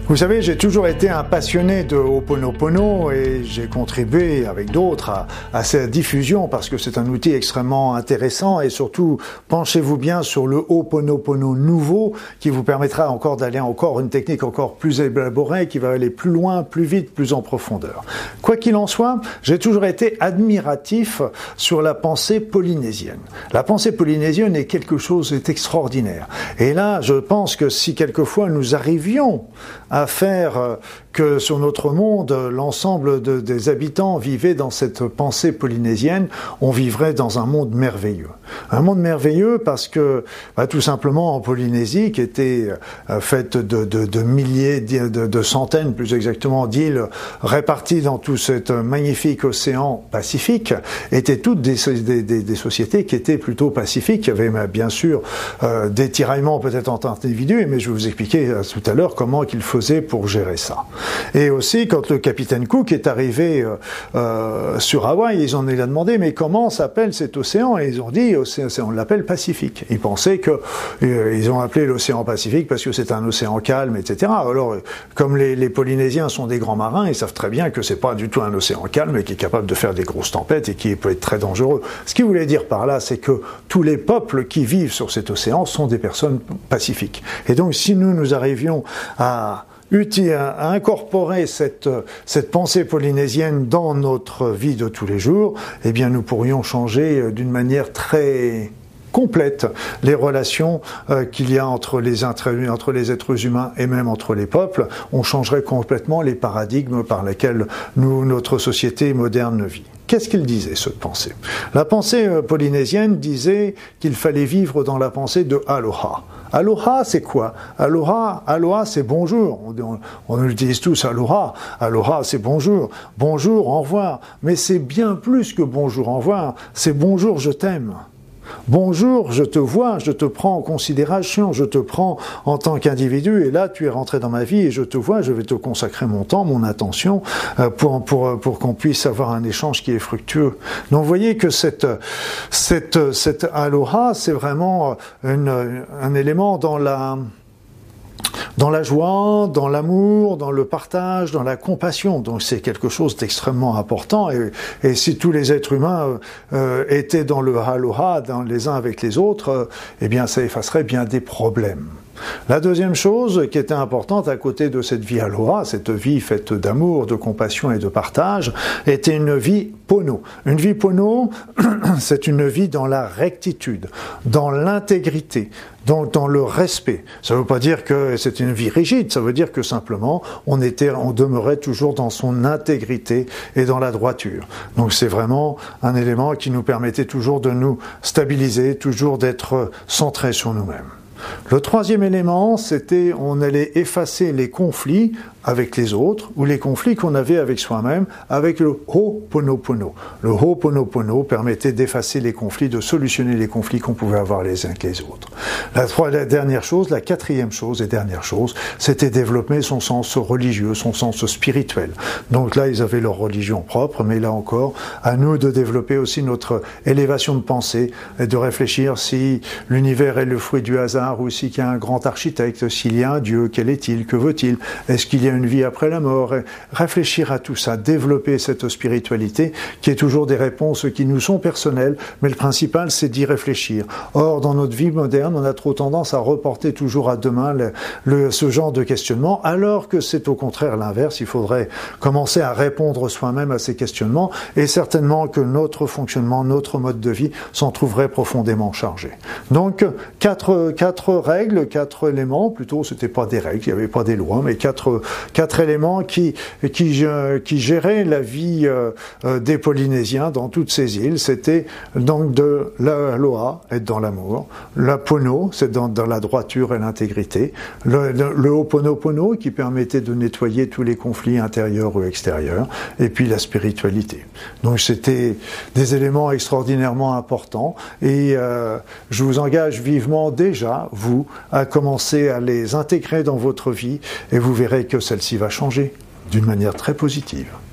Vous savez, j'ai toujours été un passionné de Ho'oponopono et j'ai contribué avec d'autres à sa diffusion parce que c'est un outil extrêmement intéressant et surtout, penchez-vous bien sur le Ho'oponopono nouveau qui vous permettra encore d'aller encore une technique encore plus élaborée qui va aller plus loin, plus vite, plus en profondeur. Quoi qu'il en soit, j'ai toujours été admiratif sur la pensée polynésienne. La pensée polynésienne est quelque chose d'extraordinaire. Et là, je pense que si quelquefois nous arrivions à faire que sur notre monde, l'ensemble des habitants vivaient dans cette pensée polynésienne, on vivrait dans un monde merveilleux. Un monde merveilleux parce que, tout simplement en Polynésie, qui était faite de milliers, de centaines plus exactement, d'îles réparties dans tout cet magnifique océan Pacifique, étaient toutes des sociétés qui étaient plutôt pacifiques. Il y avait bien sûr des tiraillements peut-être entre individus, mais je vais vous expliquer tout à l'heure comment qu'ils faisaient pour gérer ça. Et aussi, quand le capitaine Cook est arrivé sur Hawaï, ils en ont demandé, mais comment s'appelle cet océan? Et ils ont dit, on l'appelle Pacifique. Ils pensaient ils ont appelé l'océan Pacifique parce que c'est un océan calme, etc. Alors, comme les Polynésiens sont des grands marins, ils savent très bien que c'est pas du tout un océan calme et qui est capable de faire des grosses tempêtes et qui peut être très dangereux. Ce qu'il voulait dire par là, c'est que tous les peuples qui vivent sur cet océan sont des personnes pacifiques. Et donc, si nous arrivions à incorporer cette pensée polynésienne dans notre vie de tous les jours, eh bien nous pourrions changer d'une manière très complète les relations qu'il y a entre les êtres humains et même entre les peuples. On changerait complètement les paradigmes par lesquels notre société moderne vit. Qu'est-ce qu'il disait, cette pensée? La pensée polynésienne disait qu'il fallait vivre dans la pensée de Aloha. Aloha, c'est quoi? Aloha, c'est bonjour. On utilise tous Aloha. Aloha, c'est bonjour. Bonjour, au revoir. Mais c'est bien plus que bonjour, au revoir. C'est bonjour, je t'aime. Bonjour, je te vois, je te prends en considération, je te prends en tant qu'individu et là tu es rentré dans ma vie et je te vois, je vais te consacrer mon temps, mon attention pour qu'on puisse avoir un échange qui est fructueux. Donc vous voyez que cette aloha, c'est vraiment un élément dans la joie, dans l'amour, dans le partage, dans la compassion. Donc c'est quelque chose d'extrêmement important. Et si tous les êtres humains étaient dans le aloha, les uns avec les autres, eh bien ça effacerait bien des problèmes. La deuxième chose qui était importante à côté de cette vie aloha, cette vie faite d'amour, de compassion et de partage, était une vie pono. Une vie pono, c'est une vie dans la rectitude, dans l'intégrité, dans le respect. Ça ne veut pas dire que c'est une vie rigide, ça veut dire que simplement on demeurait toujours dans son intégrité et dans la droiture. Donc c'est vraiment un élément qui nous permettait toujours de nous stabiliser, toujours d'être centrés sur nous-mêmes. Le troisième élément, c'était on allait effacer les conflits avec les autres ou les conflits qu'on avait avec soi-même avec le Ho'oponopono. Le Ho'oponopono permettait d'effacer les conflits, de solutionner les conflits qu'on pouvait avoir les uns avec les autres. La quatrième chose et dernière chose, c'était développer son sens religieux, son sens spirituel. Donc là, ils avaient leur religion propre, mais là encore, à nous de développer aussi notre élévation de pensée et de réfléchir si l'univers est le fruit du hasard ou s'il y a un grand architecte, s'il y a un Dieu, quel est-il, que veut-il, est-ce qu'il y a une vie après la mort, réfléchir à tout ça, développer cette spiritualité qui est toujours des réponses qui nous sont personnelles, mais le principal c'est d'y réfléchir. Or, dans notre vie moderne, on a trop tendance à reporter toujours à demain ce genre de questionnement, alors que c'est au contraire l'inverse, il faudrait commencer à répondre soi-même à ces questionnements, et certainement que notre fonctionnement, notre mode de vie s'en trouverait profondément chargé. Donc, quatre règles, 4 éléments, plutôt c'était pas des règles, il n'y avait pas des lois, mais quatre éléments qui géraient la vie des Polynésiens dans toutes ces îles. C'était donc de l'aloha, être dans l'amour, la pono, c'est dans la droiture et l'intégrité, le ho'oponopono qui permettait de nettoyer tous les conflits intérieurs ou extérieurs, et puis la spiritualité. Donc c'était des éléments extraordinairement importants et je vous engage vivement déjà, vous, à commencer à les intégrer dans votre vie et vous verrez que celle-ci va changer d'une manière très positive.